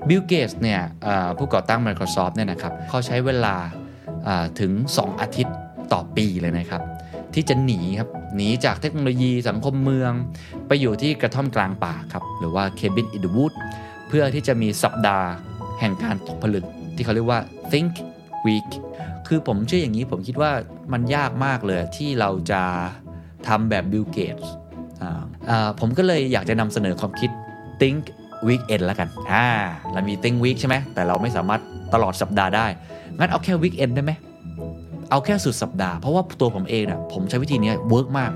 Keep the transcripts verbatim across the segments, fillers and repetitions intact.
บิล เกตส์เนี่ยผู้ก่อตั้ง Microsoft เนี่ยนะครับเขาใช้เวลาถึงสองอาทิตย์ต่อปีเลยนะครับที่จะหนีครับหนีจากเทคโนโลยีสังคมเมืองไปอยู่ที่กระท่อมกลางป่าครับหรือว่า Cabin in the Woods เพื่อที่จะมีสัปดาห์แห่งการตกผลึกที่เขาเรียกว่า Think Week คือผมเชื่ออย่างนี้ผมคิดว่ามันยากมากเลยที่เราจะทำแบบบิล เกตส์ผมก็เลยอยากจะนำเสนอความคิด Think Weekend แล้วกันอ่าเรามี Think Week ใช่ไหมแต่เราไม่สามารถตลอดสัปดาห์ได้งั้นเอาแค่ Weekend ได้ไหมเอาแค่สุดสัปดาห์เพราะว่าตัวผมเองนะผมใช้วิธีนี้เวิร์กมาก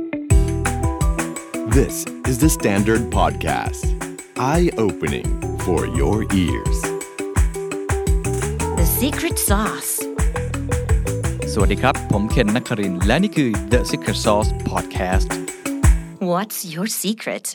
This is the Standard Podcast Eye-opening for your ears The Secret Sauce สวัสดีครับผมเคนนักครินทร์และนี่คือ The Secret Sauce Podcast What's your secret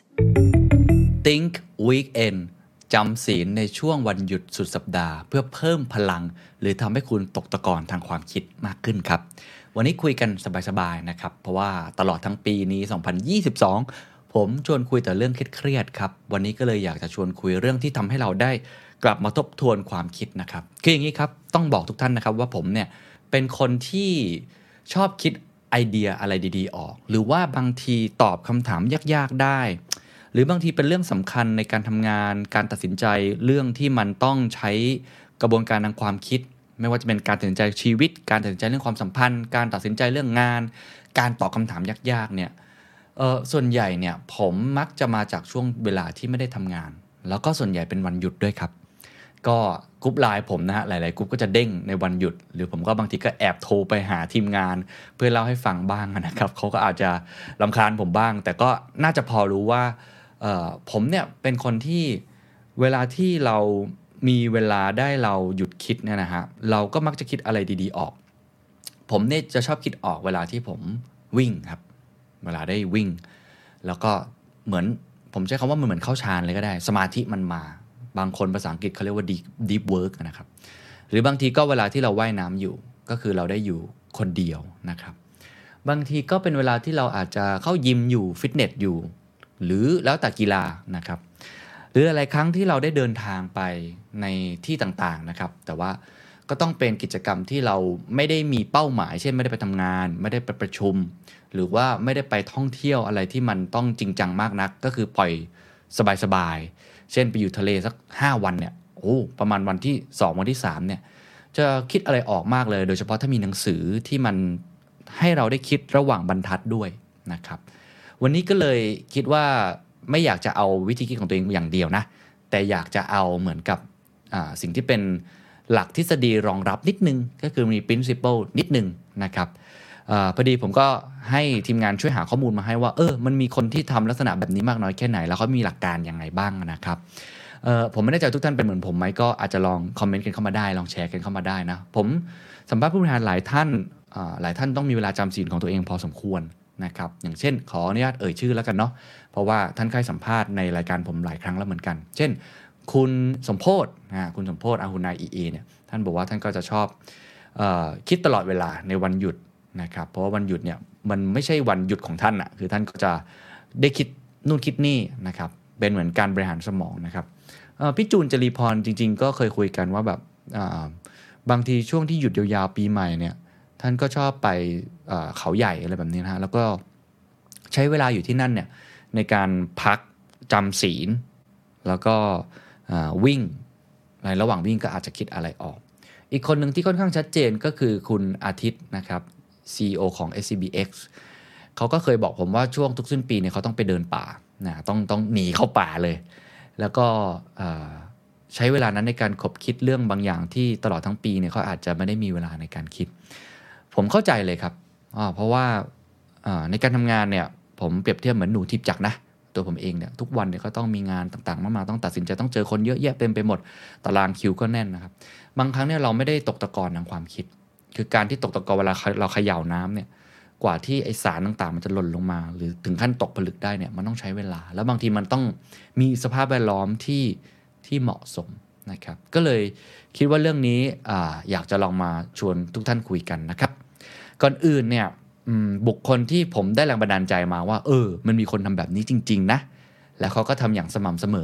Think Weekend จำศีลในช่วงวันหยุดสุดสัปดาห์เพื่อเพิ่มพลังหรือทำให้คุณตกตะกอนทางความคิดมากขึ้นครับวันนี้คุยกันสบายๆนะครับเพราะว่าตลอดทั้งปีนี้สองพันยี่สิบสองผมชวนคุยแต่เรื่องเครียดๆครับวันนี้ก็เลยอยากจะชวนคุยเรื่องที่ทำให้เราได้กลับมาทบทวนความคิดนะครับคืออย่างนี้ครับต้องบอกทุกท่านนะครับว่าผมเนี่ยเป็นคนที่ชอบคิดไอเดียอะไรดีๆออกหรือว่าบางทีตอบคำถามยากๆได้หรือบางทีเป็นเรื่องสำคัญในการทำงานการตัดสินใจเรื่องที่มันต้องใช้กระบวนการทางความคิดไม่ว่าจะเป็นการตัดสินใจชีวิตการตัดสินใจเรื่องความสัมพันธ์การตัดสินใจเรื่องงานการตอบคำถามยากๆเนี่ยเออส่วนใหญ่เนี่ยผมมักจะมาจากช่วงเวลาที่ไม่ได้ทำงานแล้วก็ส่วนใหญ่เป็นวันหยุดด้วยครับก็กรุ๊ปไลน์ผมนะฮะหลายๆกรุ๊ปก็จะเด้งในวันหยุดหรือผมก็บางทีก็แอบโทรไปหาทีมงานเพื่อเล่าให้ฟังบ้างนะครับเขาก็อาจจะรำคาญผมบ้างแต่ก็น่าจะพอรู้ว่าเอ่อผมเนี่ยเป็นคนที่เวลาที่เรามีเวลาได้เราหยุดคิดเนี่ยนะฮะเราก็มักจะคิดอะไรดีๆออกผมเนี่ยจะชอบคิดออกเวลาที่ผมวิ่งครับเวลาได้วิ่งแล้วก็เหมือนผมใช้คำว่ามันเหมือนเข้าฌานเลยก็ได้สมาธิมันมาบางคนภาษาอังกฤษเขาเรียกว่า deep deep work นะครับหรือบางทีก็เวลาที่เราว่ายน้ำอยู่ก็คือเราได้อยู่คนเดียวนะครับบางทีก็เป็นเวลาที่เราอาจจะเข้ายิมอยู่ฟิตเนสอยู่หรือแล้วแต่กีฬานะครับหรือหลายครั้งที่เราได้เดินทางไปในที่ต่างๆนะครับแต่ว่าก็ต้องเป็นกิจกรรมที่เราไม่ได้มีเป้าหมายเช่นไม่ได้ไปทำงานไม่ได้ไปประชุมหรือว่าไม่ได้ไปท่องเที่ยวอะไรที่มันต้องจริงจังมากนักก็คือปล่อยสบายๆเช่นไปอยู่ทะเลสักห้าวันเนี่ยโอ้ประมาณวันที่สองวันที่สามเนี่ยจะคิดอะไรออกมากเลยโดยเฉพาะถ้ามีหนังสือที่มันให้เราได้คิดระหว่างบรรทัดด้วยนะครับวันนี้ก็เลยคิดว่าไม่อยากจะเอาวิธีคิดของตัวเองอย่างเดียวนะแต่อยากจะเอาเหมือนกับสิ่งที่เป็นหลักทฤษฎีรองรับนิดนึงก็คือมี principle นิดนึงนะครับอพอดีผมก็ให้ทีมงานช่วยหาข้อมูลมาให้ว่าเออมันมีคนที่ทำลักษณะแบบนี้มากน้อยแค่ไหนแล้วเขามีหลักการยังไงบ้างนะครับผมไม่แน่ใจทุกท่านเป็นเหมือนผมไหมก็อาจจะลองคอมเมนต์กันเข้ามาได้ลองแชร์กันเข้ามาได้นะผมสัมภาษณ์ผู้บริหารหลายท่านหลายท่านต้องมีเวลาจำศีลของตัวเองพอสมควรนะครับอย่างเช่นขออนุญาตเอ่ยชื่อแล้วกันเนาะเพราะว่าท่านเคยสัมภาษณ์ในรายการผมหลายครั้งแล้วเหมือนกันเช่นคุณสมโพธิ์นะคุณสมโพธิ์อาหุนายอีเอเนี่ยท่านบอกว่าท่านก็จะชอบเอ่อคิดตลอดเวลาในวันหยุดนะครับเพราะว่าวันหยุดเนี่ยมันไม่ใช่วันหยุดของท่านอะคือท่านก็จะได้คิดนู่นคิดนี่นะครับเป็นเหมือนการบริหารสมองนะครับพี่จูนจรีพรจริงๆก็เคยคุยกันว่าแบบบางทีช่วงที่หยุดยาวๆปีใหม่เนี่ยท่านก็ชอบไปเขาใหญ่อะไรแบบนี้นะฮะแล้วก็ใช้เวลาอยู่ที่นั่นเนี่ยในการพักจำศีลแล้วก็วิ่งในระหว่างวิ่งก็อาจจะคิดอะไรออกอีกคนหนึ่งที่ค่อนข้างชัดเจนก็คือคุณอาทิตย์นะครับ ซี อี โอ ของ เอส ซี บี เอ็กซ์ เขาก็เคยบอกผมว่าช่วงทุกสิ้นปีเนี่ยเขาต้องไปเดินป่านะต้องต้องหนีเข้าป่าเลยแล้วก็ใช้เวลานั้นในการคบคิดเรื่องบางอย่างที่ตลอดทั้งปีเนี่ยเขาอาจจะไม่ได้มีเวลาในการคิดผมเข้าใจเลยครับเพราะว่าในการทำงานเนี่ยผมเปรียบเทียบเหมือนหนูทิพย์จักรนะตัวผมเองเนี่ยทุกวันเนี่ยก็ต้องมีงานต่างๆมากมายต้องตัดสินใจต้องเจอคนเยอะแยะเต็มไปหมดตารางคิวก็แน่นนะครับบางครั้งเนี่ยเราไม่ได้ตกตะกอนทางความคิดคือการที่ตกตะกอนเวลาเราเขย่าน้ำเนี่ยกว่าที่ไอสารต่างๆมันจะหล่นลงมาหรือถึงขั้นตกผลึกได้เนี่ยมันต้องใช้เวลาแล้วบางทีมันต้องมีสภาพแวดล้อมที่ที่เหมาะสมนะครับก็เลยคิดว่าเรื่องนี้ อ, อยากจะลองมาชวนทุกท่านคุยกันนะครับก่อนอื่นเนี่ยบุคคลที่ผมได้แรงบันดาลใจมาว่าเออมันมีคนทำแบบนี้จริงๆนะแล้วเขาก็ทำอย่างสม่ำเสมอ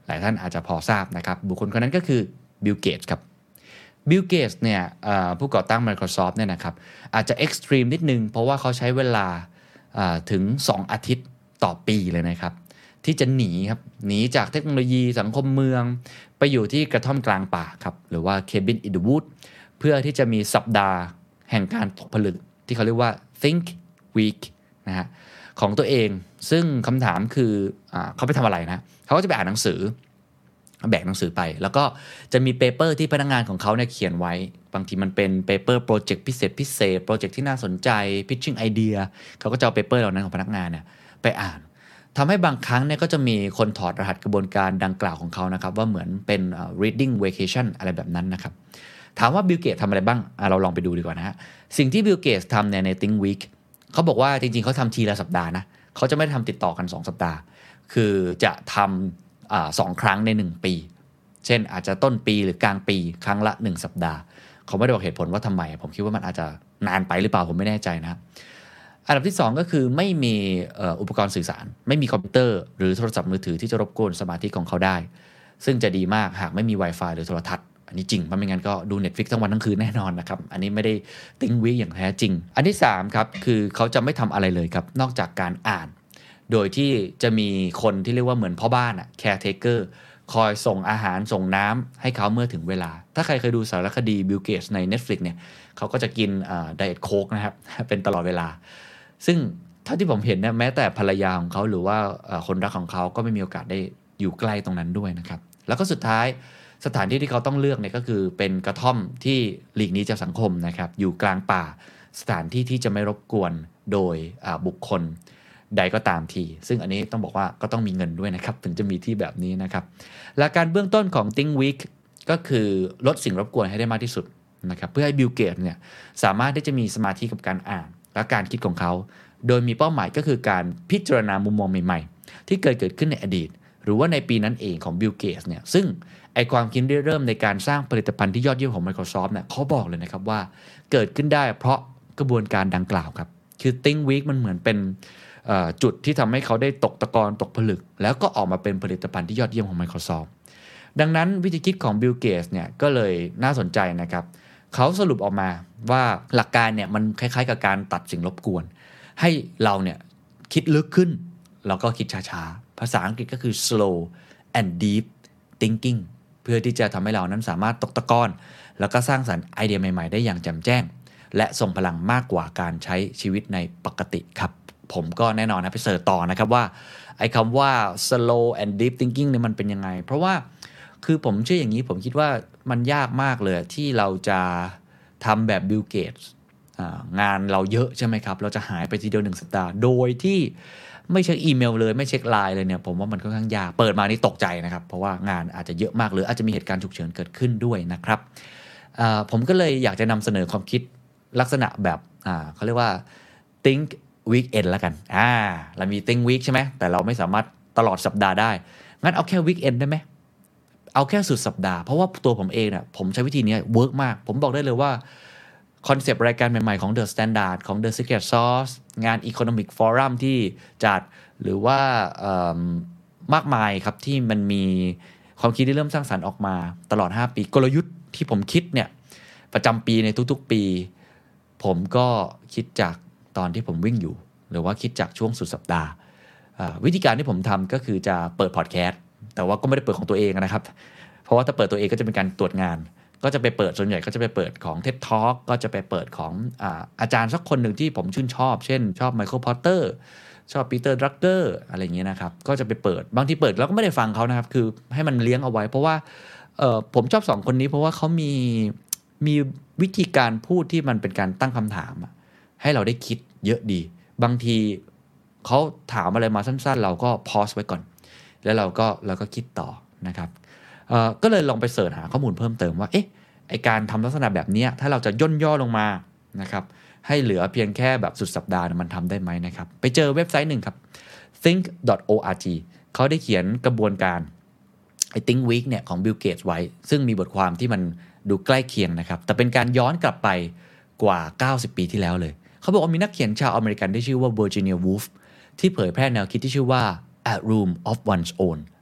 หลายท่านอาจจะพอทราบนะครับบุคคลคนนั้นก็คือบิลเกตส์ครับบิลเกตส์เนี่ยผู้ก่อตั้ง Microsoft เนี่ยนะครับอาจจะเอ็กซ์ตรีมนิดนึงเพราะว่าเขาใช้เวลาถึงสองอาทิตย์ต่อปีเลยนะครับที่จะหนีครับหนีจากเทคโนโลยีสังคมเมืองไปอยู่ที่กระท่อมกลางป่าครับหรือว่า Cabin in the Woods เพื่อที่จะมีสัปดาห์แห่งการตกผลึกที่เขาเรียกว่า Think Week นะฮะของตัวเองซึ่งคำถามคืออ่าเขาไปทำอะไรนะเขาก็จะไปอ่านหนังสือแบกหนังสือไปแล้วก็จะมีเปเปอร์ที่พนักงานของเขาเนี่ยเขียนไว้บางทีมันเป็นเปเปอร์โปรเจกต์พิเศษพิเศษโปรเจกต์ที่น่าสนใจ pitching idea เขาก็จะเอาเปเปอร์เหล่านั้นของพนักงานเนี่ยไปอ่านทำให้บางครั้งเนี่ยก็จะมีคนถอดรหัสกระบวนการดังกล่าวของเขานะครับว่าเหมือนเป็น reading vacation อะไรแบบนั้นนะครับถามว่าบิลเกตส์ทำอะไรบ้างเราลองไปดูดีกว่านะฮะสิ่งที่บิลเกตส์ทำเนี่ยใน Think Week เขาบอกว่าจริงๆเขาทำทีละสัปดาห์นะเขาจะไม่ทำติดต่อกันสองสัปดาห์คือจะทำอ่าสองครั้งในหนึ่งปีเช่นอาจจะต้นปีหรือกลางปีครั้งละหนึ่งสัปดาห์เขาไม่ได้บอกเหตุผลว่าทำไมผมคิดว่ามันอาจจะนานไปหรือเปล่าผมไม่แน่ใจนะอันดับที่สองก็คือไม่มีอุปกรณ์สื่อสารไม่มีคอมพิวเตอร์หรือโทรศัพท์มือถือที่จะรบกวนสมาธิของเขาได้ซึ่งจะดีมากหากไม่มี Wi-Fi หรือโทรทัศน์อันนี้จริงเพราะไม่งั้นก็ดู Netflix ทั้งวันทั้งคืนแน่นอนนะครับอันนี้ไม่ได้ Think Week อย่างแท้จริงอันที่สามครับคือเขาจะไม่ทำอะไรเลยครับนอกจากการอ่านโดยที่จะมีคนที่เรียกว่าเหมือนพ่อบ้านอะ caretaker คอยส่งอาหารส่งน้ำให้เขาเมื่อถึงเวลาถ้าใครเคยดูสารคดี Bill Gates ใน Netflix เนี่ยเขาก็จะกินไดเอทโค้กนะครับเป็นตลอดเวลาซึ่งเท่าที่ผมเห็นเนี่ยแม้แต่ภรรยาของเขาหรือว่าคนรักของเขาก็ไม่มีโอกาสได้อยู่ใกล้ตรงนั้นด้วยนะครับแล้วก็สุดท้ายสถานที่ที่เขาต้องเลือกเนี่ยก็คือเป็นกระท่อมที่หลีกหนีจากสังคมนะครับอยู่กลางป่าสถานที่ที่จะไม่รบกวนโดยบุคคลใดก็ตามทีซึ่งอันนี้ต้องบอกว่าก็ต้องมีเงินด้วยนะครับถึงจะมีที่แบบนี้นะครับและการเบื้องต้นของ Think Week ก็คือลดสิ่งรบกวนให้ได้มากที่สุดนะครับเพื่อให้บิลเกตส์เนี่ยสามารถที่จะมีสมาธิกับการอ่านและการคิดของเขาโดยมีเป้าหมายก็คือการพิจารณามุมมองใหม่ๆที่เกิดเกิดขึ้นในอดีตหรือว่าในปีนั้นเองของบิลเกตส์เนี่ยซึ่งไอความคิดเริ่มในการสร้างผลิตภัณฑ์ที่ยอดเยี่ยมของ Microsoft เนี่ยเขาบอกเลยนะครับว่าเกิดขึ้นได้เพราะกระบวนการดังกล่าวครับคือ Think Week มันเหมือนเป็นจุดที่ทำให้เขาได้ตกตะกอนตกผลึกแล้วก็ออกมาเป็นผลิตภัณฑ์ที่ยอดเยี่ยมของ Microsoft ดังนั้นวิธีคิดของ Bill Gates เนี่ยก็เลยน่าสนใจนะครับเขาสรุปออกมาว่าหลักการเนี่ยมันคล้ายๆกับการตัดสิ่งรบกวนให้เราเนี่ยคิดลึกขึ้นแล้วก็คิดช้าๆภาษาอังกฤษก็คือ slow and deep thinking เพื่อที่จะทำให้เรานั้นสามารถตกตะกอนแล้วก็สร้างสรรค์ไอเดียใหม่ๆได้อย่างแจ่มแจ้งและทรงพลังมากกว่าการใช้ชีวิตในปกติครับผมก็แน่นอนนะไปเสิร์ชต่อนะครับว่าไอ้คำว่า slow and deep thinking เนี่ยมันเป็นยังไงเพราะว่าคือผมเชื่ออย่างนี้ผมคิดว่ามันยากมากเลยที่เราจะทำแบบ Bill Gates งานเราเยอะใช่ไหมครับเราจะหายไปทีเดียวหนึ่งสัปดาห์โดยที่ไม่เช็คอีเมลเลยไม่เช็คไลน์เลยเนี่ยผมว่ามันค่อนข้างยากเปิดมานี่ตกใจนะครับเพราะว่างานอาจจะเยอะมากหรืออาจจะมีเหตุการณ์ฉุกเฉินเกิดขึ้นด้วยนะครับผมก็เลยอยากจะนำเสนอความคิดลักษณะแบบเขาเรียกว่า think weekend ละกันอ่าเรามี think week ใช่ไหมแต่เราไม่สามารถตลอดสัปดาห์ได้งั้นเอาแค่ weekend ได้ไหมเอาแค่สุดสัปดาห์เพราะว่าตัวผมเองเนี่ยผมใช้วิธีนี้เวิร์กมากผมบอกได้เลยว่าคอนเซปต์รายการใหม่ๆของ The Standard ของ The Secret Sauce งาน Economic Forum ที่จัดหรือว่ามากมายครับที่มันมีความคิดที่เริ่มสร้างสรรค์ออกมาตลอดห้าปีกลยุทธ์ที่ผมคิดเนี่ยประจำปีในทุกๆปีผมก็คิดจากตอนที่ผมวิ่งอยู่หรือว่าคิดจากช่วงสุดสัปดาห์วิธีการที่ผมทำก็คือจะเปิดพอดแคสต์แต่ว่าก็ไม่ได้เปิดของตัวเองนะครับเพราะว่าถ้าเปิดตัวเองก็จะเป็นการตรวจงานก็จะไปเปิดส่วนใหญ่ก็จะไปเปิดของ ที อี ดี Talk ก็จะไปเปิดของอ่าอาจารย์สักคนหนึ่งที่ผมชื่นชอบเช่นชอบไมเคิลพอตเตอร์ชอบปีเตอร์ดรักเกอร์อะไรอย่างเงี้ยนะครับก็จะไปเปิดบางทีเปิดแล้วก็ไม่ได้ฟังเขานะครับคือให้มันเลี้ยงเอาไว้เพราะว่าเอ่อผมชอบสองคนนี้เพราะว่าเขามีมีวิธีการพูดที่มันเป็นการตั้งคำถามให้เราได้คิดเยอะดีบางทีเขาถามอะไรมาสั้นๆเราก็พอสไว้ก่อนแล้วเราก็เราก็คิดต่อนะครับเอ่อก็เลยลองไปเสิร์ชหาข้อมูลเพิ่มเติมว่าเอ๊ะไอการทำลักษณะแบบนี้ถ้าเราจะย่นย่อลงมานะครับให้เหลือเพียงแค่แบบสุดสัปดาห์มันทำได้ไหมนะครับไปเจอเว็บไซต์หนึ่งครับ think ดอท โอ อาร์ จี เขาได้เขียนกระบวนการไอ Think Week เนี่ยของ Bill Gates ไว้ซึ่งมีบทความที่มันดูใกล้เคียงนะครับแต่เป็นการย้อนกลับไปกว่าเก้าสิบปีที่แล้วเลยเขาบอกว่ามีนักเขียนชาวอเมริกันที่ชื่อว่า Virginia Woolf ที่เผยแพร่แนวคิดที่ชื่อว่า A Room of One's Own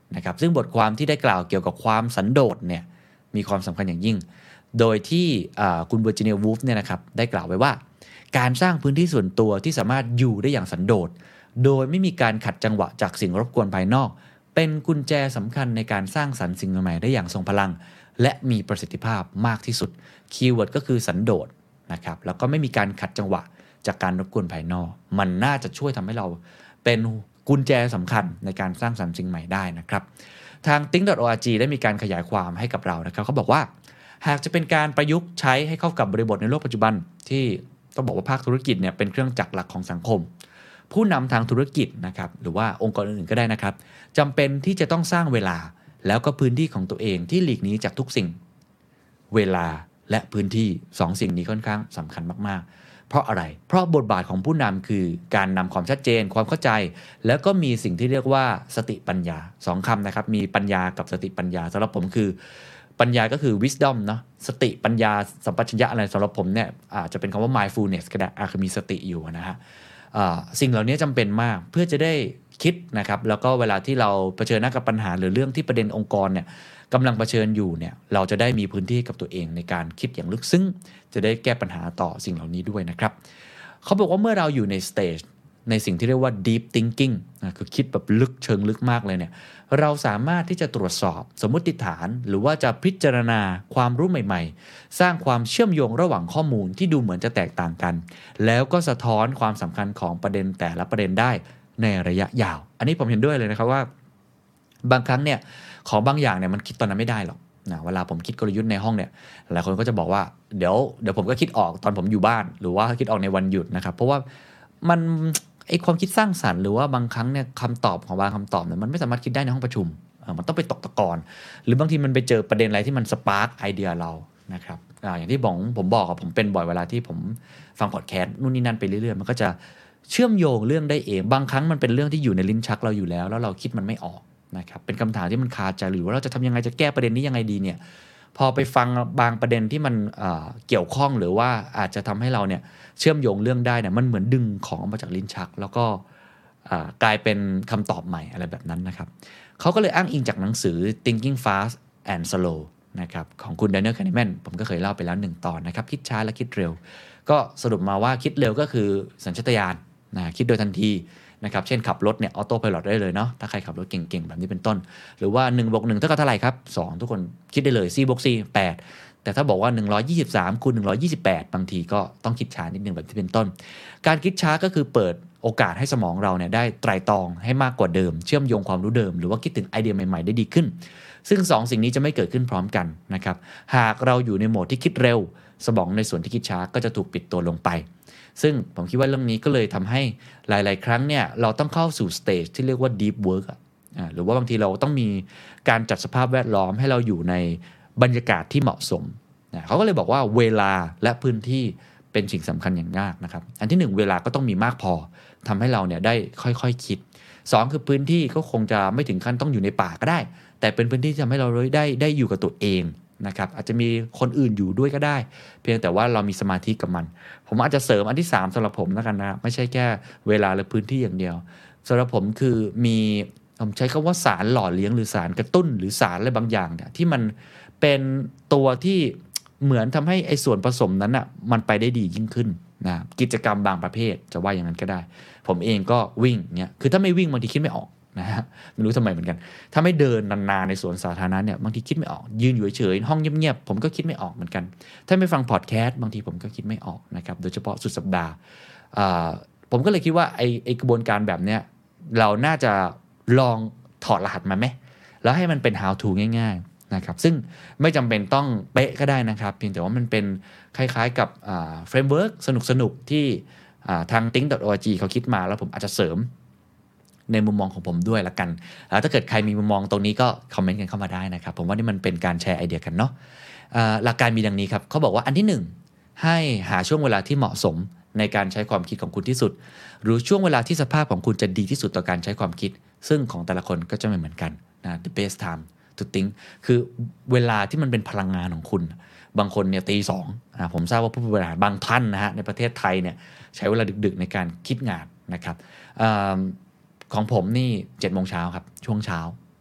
นะครับซึ่งบทความที่ได้กล่าวเกี่ยวกับความสันโดษเนี่ยมีความสำคัญอย่างยิ่งโดยที่คุณเวอร์จิเนีย วูล์ฟเนี่ยนะครับได้กล่าวไว้ว่าการสร้างพื้นที่ส่วนตัวที่สามารถอยู่ได้อย่างสันโดษโดยไม่มีการขัดจังหวะจากสิ่งรบกวนภายนอกเป็นกุญแจสำคัญในการสร้างสรรค์สิ่งใหม่ๆได้อย่างทรงพลังและมีประสิทธิภาพมากที่สุดคีย์เวิร์ดก็คือสันโดษนะครับแล้วก็ไม่มีการขัดจังหวะจากการรบกวนภายนอกมันน่าจะช่วยทำให้เราเป็นกุญแจสำคัญในการสร้างสรรค์สิ่งใหม่ได้นะครับทาง think ดอท โอ อาร์ จี ได้มีการขยายความให้กับเรานะครับเขาบอกว่าหากจะเป็นการประยุกต์ใช้ให้เข้ากับบริบทในโลกปัจจุบันที่ต้องบอกว่าภาคธุรกิจเนี่ยเป็นเครื่องจักรหลักของสังคมผู้นำทางธุรกิจนะครับหรือว่าองค์กรอื่นๆก็ได้นะครับจำเป็นที่จะต้องสร้างเวลาแล้วก็พื้นที่ของตัวเองที่หลีกหนีจากทุกสิ่งเวลาและพื้นที่สอง สิ่งนี้ค่อนข้างสำคัญมากๆเพราะอะไรเพราะบทบาทของผู้นำคือการนำความชัดเจนความเข้าใจแล้วก็มีสิ่งที่เรียกว่าสติปัญญาสองคำนะครับมีปัญญากับสติปัญญาสำหรับผมคือปัญญาก็คือ wisdom เนาะสติปัญญาสัมปชัญญะอะไรสำหรับผมเนี่ยอาจจะเป็นคำว่า mindfulness ก็ได้อาจจะมีสติอยู่นะฮะสิ่งเหล่านี้จำเป็นมากเพื่อจะได้คิดนะครับแล้วก็เวลาที่เราเผชิญหน้ากับปัญหาหรือเรื่องที่ประเด็นองค์กรเนี่ยกำลังเผชิญอยู่เนี่ยเราจะได้มีพื้นที่กับตัวเองในการคิดอย่างลึกซึ้งจะได้แก้ปัญหาต่อสิ่งเหล่านี้ด้วยนะครับเขาบอกว่าเมื่อเราอยู่ในสเตจในสิ่งที่เรียกว่า deep thinking นะคือคิดแบบลึกเชิงลึกมากเลยเนี่ยเราสามารถที่จะตรวจสอบสมมติฐานหรือว่าจะพิจารณาความรู้ใหม่ๆสร้างความเชื่อมโยงระหว่างข้อมูลที่ดูเหมือนจะแตกต่างกันแล้วก็สะท้อนความสำคัญของประเด็นแต่ละประเด็นได้ในระยะยาวอันนี้ผมเห็นด้วยเลยนะครับว่าบางครั้งเนี่ยของบางอย่างเนี่ยมันคิดตอนนั้นไม่ได้หรอกนะเวลาผมคิดกลยุทธ์ในห้องเนี่ยหลายคนก็จะบอกว่าเดี๋ยวเดี๋ยวผมก็คิดออกตอนผมอยู่บ้านหรือว่าคิดออกในวันหยุดนะครับเพราะว่ามันไอความคิดสร้างสรรค์หรือว่าบางครั้งเนี่ยคำตอบของบางคำตอบเนี่ยมันไม่สามารถคิดได้ในห้องประชุมมันต้องไปตกตะกอนหรือบางทีมันไปเจอประเด็นอะไรที่มันสปาร์คไอเดียเรานะครับอ่าอย่างที่บอกผมบอกอะผมเป็นบ่อยเวลาที่ผมฟังพอดแคสต์นู่นนี่นั่นไปเรื่อยๆมันก็จะเชื่อมโยงเรื่องได้เองบางครั้งมันเป็นเรื่องที่อยู่ในลิ้นชักเราอยู่แล้วแล้วเราคิดมันไม่ออกนะครับเป็นคำถามที่มันคาใจหรือว่าเราจะทำยังไงจะแก้ประเด็นนี้ยังไงดีเนี่ยพอไปฟังบางประเด็นที่มันเอ่อเกี่ยวข้องหรือว่าอาจจะทำให้เราเนี่ยเชื่อมโยงเรื่องได้เนี่ยมันเหมือนดึงของมาจากลิ้นชักแล้วก็กลายเป็นคำตอบใหม่อะไรแบบนั้นนะครับเขาก็เลยอ้างอิงจากหนังสือ Thinking Fast and Slow นะครับของคุณ Daniel Kahneman ผมก็เคยเล่าไปแล้วหนึ่งตอนนะครับคิดช้าและคิดเร็วก็สรุปมาว่าคิดเร็วก็คือสัญชาตญาณนะคิดโดยทันทีนะครับเช่นขับรถเนี่ยออโต้ไพลอตได้เลยเนาะถ้าใครขับรถเก่งๆแบบนี้เป็นต้นหรือว่าหนึ่งบวกหนึ่งเท่ากับเท่าไหร่ครับสองทุกคนคิดได้เลย สี่บวกสี่ แปดแต่ถ้าบอกว่าหนึ่งร้อยยี่สิบสามคูณหนึ่งร้อยยี่สิบแปดบางทีก็ต้องคิดช้านิดนึงแบบที่เป็นต้นการคิดช้าก็คือเปิดโอกาสให้สมองเราเนี่ยได้ไตร่ตรองให้มากกว่าเดิมเชื่อมโยงความรู้เดิมหรือว่าคิดถึงไอเดียใหม่ๆได้ดีขึ้นซึ่งสอง สิ่งนี้จะไม่เกิดขึ้นพร้อมกันนะครับหากเราอยู่ในโหมดที่คิดเร็วสมองในส่วนที่คิดช้าก็จะถูกปิดตัวลงไปซึ่งผมคิดว่าเรื่องนี้ก็เลยทำให้หลายๆครั้งเนี่ยเราต้องเข้าสู่สเตจที่เรียกว่า deep work อ่ะหรือว่าบางทีเราต้องมีการจัดสภาพแวดล้อมให้เราอยู่ในบรรยากาศที่เหมาะสมนะเขาก็เลยบอกว่าเวลาและพื้นที่เป็นสิ่งสำคัญอย่างมากนะครับอันที่หนึ่งเวลาก็ต้องมีมากพอทำให้เราเนี่ยได้ค่อยๆคิดสองคือพื้นที่ก็คงจะไม่ถึงขั้นต้องอยู่ในป่าก็ได้แต่เป็นพื้นที่ที่ทำให้เราได้ได้อยู่กับตัวเองนะครับอาจจะมีคนอื่นอยู่ด้วยก็ได้เพียงแต่ว่าเรามีสมาธิกับมันผมอาจจะเสริมอันที่สามสำหรับผมแล้วกันนะไม่ใช่แค่เวลาและพื้นที่อย่างเดียวสำหรับผมคือมีผมใช้คำว่าสารหล่อเลี้ยงหรือสารกระตุ้นหรือสารอะไรบางอย่างเนี่ยที่มันเป็นตัวที่เหมือนทำให้ไอ้ส่วนผสมนั้นอ่ะมันไปได้ดียิ่งขึ้นนะกิจกรรมบางประเภทจะว่าอย่างนั้นก็ได้ผมเองก็วิ่งเนี่ยคือถ้าไม่วิ่งบางทีคิดไม่ออกนะฮะไม่รู้ทำไมเหมือนกันถ้าไม่เดินนานๆในสวนสาธารณะเนี่ยบางทีคิดไม่ออกยืนอยู่เฉยๆห้องเงียบๆผมก็คิดไม่ออกเหมือนกันถ้าไม่ฟังพอดแคสต์บางทีผมก็คิดไม่ออกนะครับโดยเฉพาะสุดสัปดาห์ผมก็เลยคิดว่าไอ้ไอ้กระบวนการแบบเนี้ยเราน่าจะลองถอดรหัสมาไหมแล้วให้มันเป็น how to ง่ายๆนะครับซึ่งไม่จำเป็นต้องเป๊ะก็ได้นะครับเพียงแต่ว่ามันเป็นคล้ายๆกับเฟรมเวิร์กสนุกๆที่ทาง think ดอท โอ อาร์ จี เขาคิดมาแล้วผมอาจจะเสริมในมุมมองของผมด้วยละกันถ้าเกิดใครมีมุมมองตรงนี้ก็คอมเมนต์กันเข้ามาได้นะครับผมว่านี่มันเป็นการแชร์ไอเดียกันเนาะหลักการมีดังนี้ครับเขาบอกว่าอันที่หนึ่งให้หาช่วงเวลาที่เหมาะสมในการใช้ความคิดของคุณที่สุดหรือช่วงเวลาที่สภาพของคุณจะดีที่สุดต่อการใช้ความคิดซึ่งของแต่ละคนก็จะไม่เหมือนกันนะ the best time to think คือเวลาที่มันเป็นพลังงานของคุณบางคนเนี่ยตีสองผมทราบว่าผู้บริหารบางท่านนะฮะในประเทศไทยเนี่ยใช้เวลาดึกๆในการคิดงานนะครับของผมนี่เจ็ดโมงเช้าครับช่วงเช้า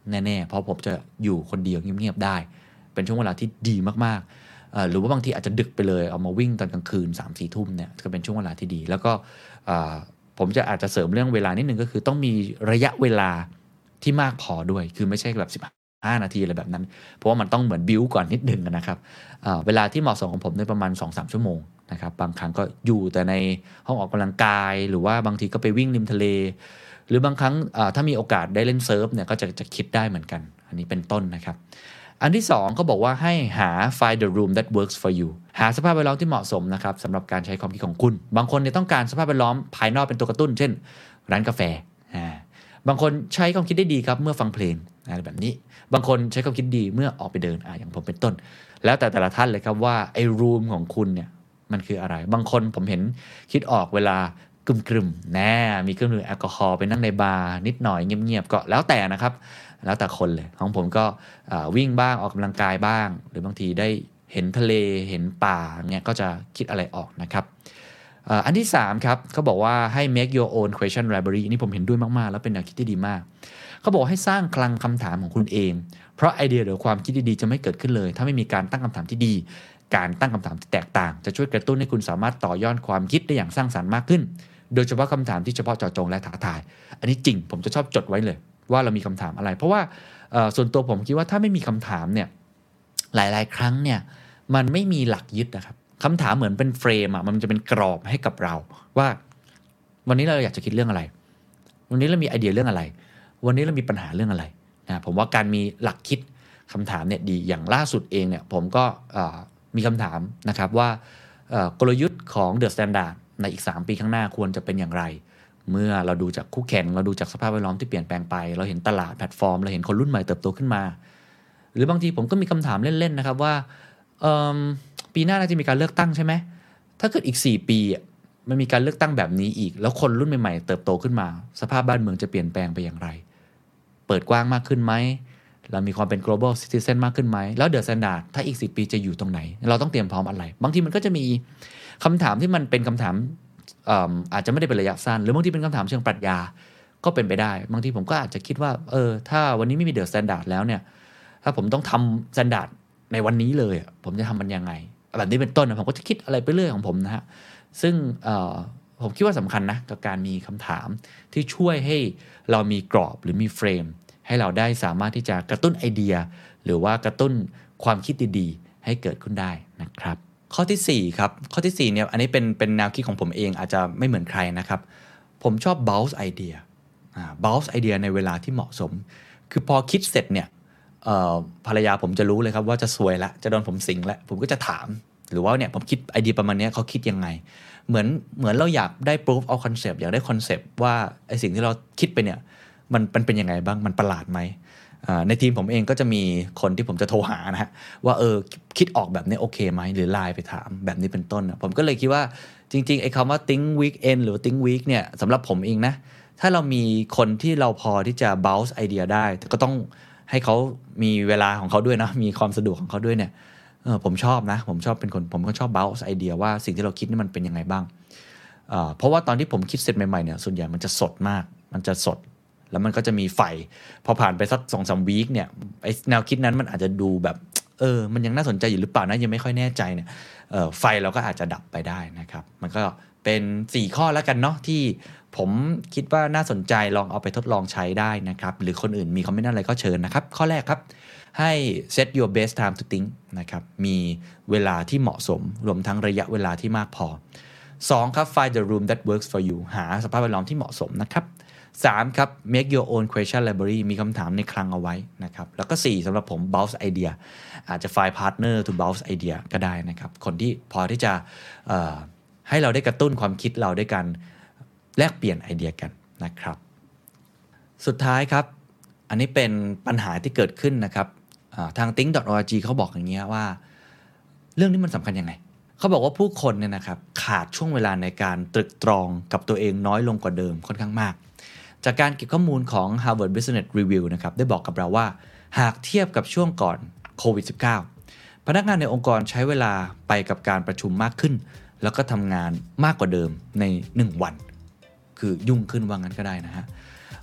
แน่ๆเพราะผมจะอยู่คนเดียวเงียบๆได้เป็นช่วงเวลาที่ดีมากๆหรือว่าบางทีอาจจะดึกไปเลยเอามาวิ่งตอนกลางคืน สามสี่ ทุ่มเนี่ยก็เป็นช่วงเวลาที่ดีแล้วก็ผมจะอาจจะเสริมเรื่องเวลานิดนึงก็คือต้องมีระยะเวลาที่มากพอด้วยคือไม่ใช่แบบสิบห้านาทีอะไรแบบนั้นเพราะว่ามันต้องเหมือนบิ้วก่อนนิดนึงนะครับเวลาที่เหมาะสมของผมในประมาณ สองถึงสาม ชั่วโมงนะครับบางครั้งก็อยู่แต่ในห้องออกกำลังกายหรือว่าบางทีก็ไปวิ่งริมทะเลหรือบางครั้งถ้ามีโอกาสได้เล่นเซิร์ฟเนี่ยก็จะจะคิดได้เหมือนกันอันนี้เป็นต้นนะครับอันที่สองก็บอกว่าให้หา find the room that works for you หาสภาพแวดล้อมที่เหมาะสมนะครับสำหรับการใช้ความคิดของคุณบางคนเนี่ยต้องการสภาพแวดล้อมภายนอกเป็นตัวกระตุ้นเช่นร้านกาแฟบางคนใช้ความคิดได้ดีครับเมื่อฟังเพลงอะไรแบบนี้บางคนใช้ความคิดดีเมื่อออกไปเดินอ่ะอย่างผมเป็นต้นแล้วแต่แต่ละท่านเลยครับว่าไอ้ room ของคุณเนี่ยมันคืออะไรบางคนผมเห็นคิดออกเวลากลุ่มๆแน่มีเครื่องดื่มแอลกอฮอล์ไปนั่งในบาร์นิดหน่อยเงียบๆก็แล้วแต่นะครับแล้วแต่คนเลยของผมก็วิ่งบ้างออกกำลังกายบ้างหรือบางทีได้เห็นทะเลเห็นป่าเงี้ยก็จะคิดอะไรออกนะครับอันที่สามครับเขาบอกว่าให้ make your own question library นี่ผมเห็นด้วยมากๆแล้วเป็นแนวคิดที่ดีมากเขาบอกให้สร้างคลังคำถามของคุณเองเพราะไอเดียหรือความคิดดีๆจะไม่เกิดขึ้นเลยถ้าไม่มีการตั้งคำถามที่ดีการตั้งคำถามที่แตกต่างจะช่วยกระตุ้นให้คุณสามารถต่อยอดความคิดได้อย่างสร้างสรรค์มากขึ้นโดยเฉพาะคำถามที่เฉพาะเจาะจงและท้าทายอันนี้จริงผมจะชอบจดไว้เลยว่าเรามีคำถามอะไรเพราะว่าส่วนตัวผมคิดว่าถ้าไม่มีคำถามเนี่ยหลายๆครั้งเนี่ยมันไม่มีหลักยึดนะครับคำถามเหมือนเป็นเฟรมอ่ะมันจะเป็นกรอบให้กับเราว่าวันนี้เราอยากจะคิดเรื่องอะไรวันนี้เรามีไอเดียเรื่องอะไรวันนี้เรามีปัญหาเรื่องอะไรนะผมว่าการมีหลักคิดคำถามเนี่ยดีอย่างล่าสุดเองเนี่ยผมก็มีคำถามนะครับว่ากลยุทธ์ของ The Standard ในอีกสามปีข้างหน้าควรจะเป็นอย่างไรเมื่อเราดูจากคู่แข่งเราดูจากสภาพแวดล้อมที่เปลี่ยนแปลงไปเราเห็นตลาดแพลตฟอร์มเราเห็นคนรุ่นใหม่เติบโตขึ้นมาหรือบางทีผมก็มีคำถามเล่นๆนะครับว่าปีหน้าน่าจะมีการเลือกตั้งใช่ไหมถ้าเกิดอีกสี่ปีมันมีการเลือกตั้งแบบนี้อีกแล้วคนรุ่นใหม่ๆเติบโตขึ้นมาสภาพบ้านเมืองจะเปลี่ยนแปลงไปอย่างไรเปิดกว้างมากขึ้นไหมเรามีความเป็น global citizen มากขึ้นไหมแล้ว The Standard ถ้าอีกสี่ปีจะอยู่ตรงไหนเราต้องเตรียมพร้อมอะไรบางทีมันก็จะมีคำถามที่มันเป็นคำถามอาจจะไม่ได้เป็นระยะสั้นหรือบางทีเป็นคำถามเชิงปรัชญาก็เป็นไปได้บางทีผมก็อาจจะคิดว่าเออถ้าวันนี้ไม่มี The Standard แล้วเนี่ยถ้าผมต้องทำ Standard ในวันนี้เลยผมจะทำมันยังไงแบบนี้เป็นต้นนะผมก็จะคิดอะไรไปเรื่อยของผมนะฮะซึ่งผมคิดว่าสำคัญนะกับการมีคำถามที่ช่วยให้เรามีกรอบหรือมีเฟรมให้เราได้สามารถที่จะกระตุ้นไอเดียหรือว่ากระตุ้นความคิดดีๆให้เกิดขึ้นได้นะครับข้อที่สี่ครับข้อที่สี่เนี่ยอันนี้เป็นเป็นแนวคิดของผมเองอาจจะไม่เหมือนใครนะครับผมชอบ bounce ไอเดียอ่า bounce ไอเดียในเวลาที่เหมาะสมคือพอคิดเสร็จเนี่ยภรรยาผมจะรู้เลยครับว่าจะซวยละจะโดนผมสิงละผมก็จะถามหรือว่าเนี่ยผมคิดไอเดียประมาณนี้เขาคิดยังไงเหมือนเหมือนเราอยากได้ proof of concept อยากได้คอนเซปต์ว่าไอสิ่งที่เราคิดไปเนี่ยมันมันเป็นยังไงบ้างมันประหลาดไหมในทีมผมเองก็จะมีคนที่ผมจะโทรหานะฮะว่าเออคิดออกแบบนี้โอเคไหมหรือไลน์ไปถามแบบนี้เป็นต้นนะผมก็เลยคิดว่าจริงๆไอ้คำว่า think weekend หรือ think week เนี่ยสำหรับผมเองนะถ้าเรามีคนที่เราพอที่จะ bounce ไอเดียได้แต่ก็ต้องให้เขามีเวลาของเขาด้วยนะมีความสะดวกของเขาด้วยเนี่ยเออผมชอบนะผมชอบเป็นคนผมก็ชอบ bounce ไอเดียว่าสิ่งที่เราคิดนี่มันเป็นยังไงบ้างเอ่อเพราะว่าตอนที่ผมคิดเสร็จใหม่ๆเนี่ยส่วนใหญ่มันจะสดมากมันจะสดแล้วมันก็จะมีไฟพอผ่านไปสัก สองถึงสาม วีคเนี่ยไอ้แนวคิดนั้นมันอาจจะดูแบบเออมันยังน่าสนใจอยู่หรือเปล่านะยังไม่ค่อยแน่ใจเนี่ยเอ่อไฟเราก็อาจจะดับไปได้นะครับมันก็เป็นสี่ข้อแล้วกันเนาะที่ผมคิดว่าน่าสนใจลองเอาไปทดลองใช้ได้นะครับหรือคนอื่นมีคอมเมนต์อะไรก็เชิญนะครับข้อแรกครับให้ set your best time to think นะครับมีเวลาที่เหมาะสมรวมทั้งระยะเวลาที่มากพอสองครับ find the room that works for you หาสภาพแวดล้อมที่เหมาะสมนะครับสามครับ make your own question library มีคำถามในคลังเอาไว้นะครับแล้วก็สี่สำหรับผม bounce idea อาจจะ find partner to bounce idea ก็ได้นะครับคนที่พอที่จะเอ่อให้เราได้กระตุ้นความคิดเราด้วยกันแลกเปลี่ยนไอเดียกันนะครับสุดท้ายครับอันนี้เป็นปัญหาที่เกิดขึ้นนะครับทาง think ดอท ออ อาร์ จี เขาบอกอย่างเงี้ยว่าเรื่องนี้มันสำคัญยังไงเขาบอกว่าผู้คนเนี่ยนะครับขาดช่วงเวลาในการตรึกตรองกับตัวเองน้อยลงกว่าเดิมค่อนข้างมากจากการเก็บข้อมูลของ Harvard Business Review นะครับได้บอกกับเราว่าหากเทียบกับช่วงก่อนโควิด สิบเก้า พนักงานในองค์กรใช้เวลาไปกับการประชุมมากขึ้นแล้วก็ทำงานมากกว่าเดิมในหนึ่งวันคือยุ่งขึ้นว่างั้นก็ได้นะฮะ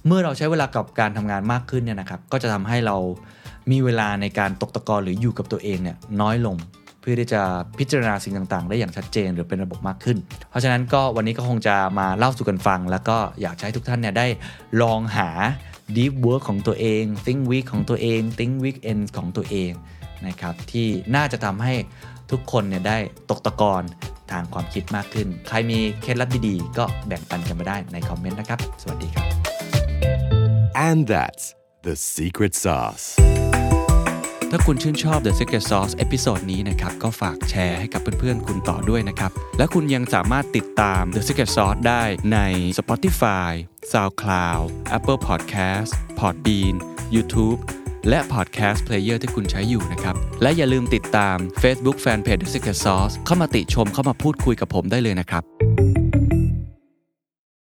เมื่อเราใช้เวลากับการทำงานมากขึ้นเนี่ยนะครับก็จะทำให้เรามีเวลาในการตกตะกอนหรืออยู่กับตัวเองเนี่ยน้อยลงเพื่อที่จะพิจารณาสิ่งต่างๆได้อย่างชัดเจนหรือเป็นระบบมากขึ้นเพราะฉะนั้นก็วันนี้ก็คงจะมาเล่าสู่กันฟังแล้วก็อยากให้ทุกท่านเนี่ยได้ลองหา deep work ของตัวเอง think week ของตัวเอง think weekend ของตัวเองนะครับที่น่าจะทำให้ทุกคนเนี่ยได้ตกตะกอนทางความคิดมากขึ้นใครมีเคล็ดลับดีๆก็แบ่งปันกันมาได้ในคอมเมนต์นะครับสวัสดีครับ And that's the secret sauce. ถ้าคุณชื่นชอบ The Secret Sauce เอพิโซดนี้นะครับก็ฝากแชร์ให้กับเพื่อนๆคุณต่อด้วยนะครับและคุณยังสามารถติดตาม The Secret Sauce ได้ใน Spotify, SoundCloud, Apple Podcast, Podbean, YouTube และ Podcast Player ที่คุณใช้อยู่นะครับและอย่าลืมติดตาม Facebook Fanpage The Secret Sauce เข้ามาติชมเข้ามาพูดคุยกับผมได้เลยนะครับ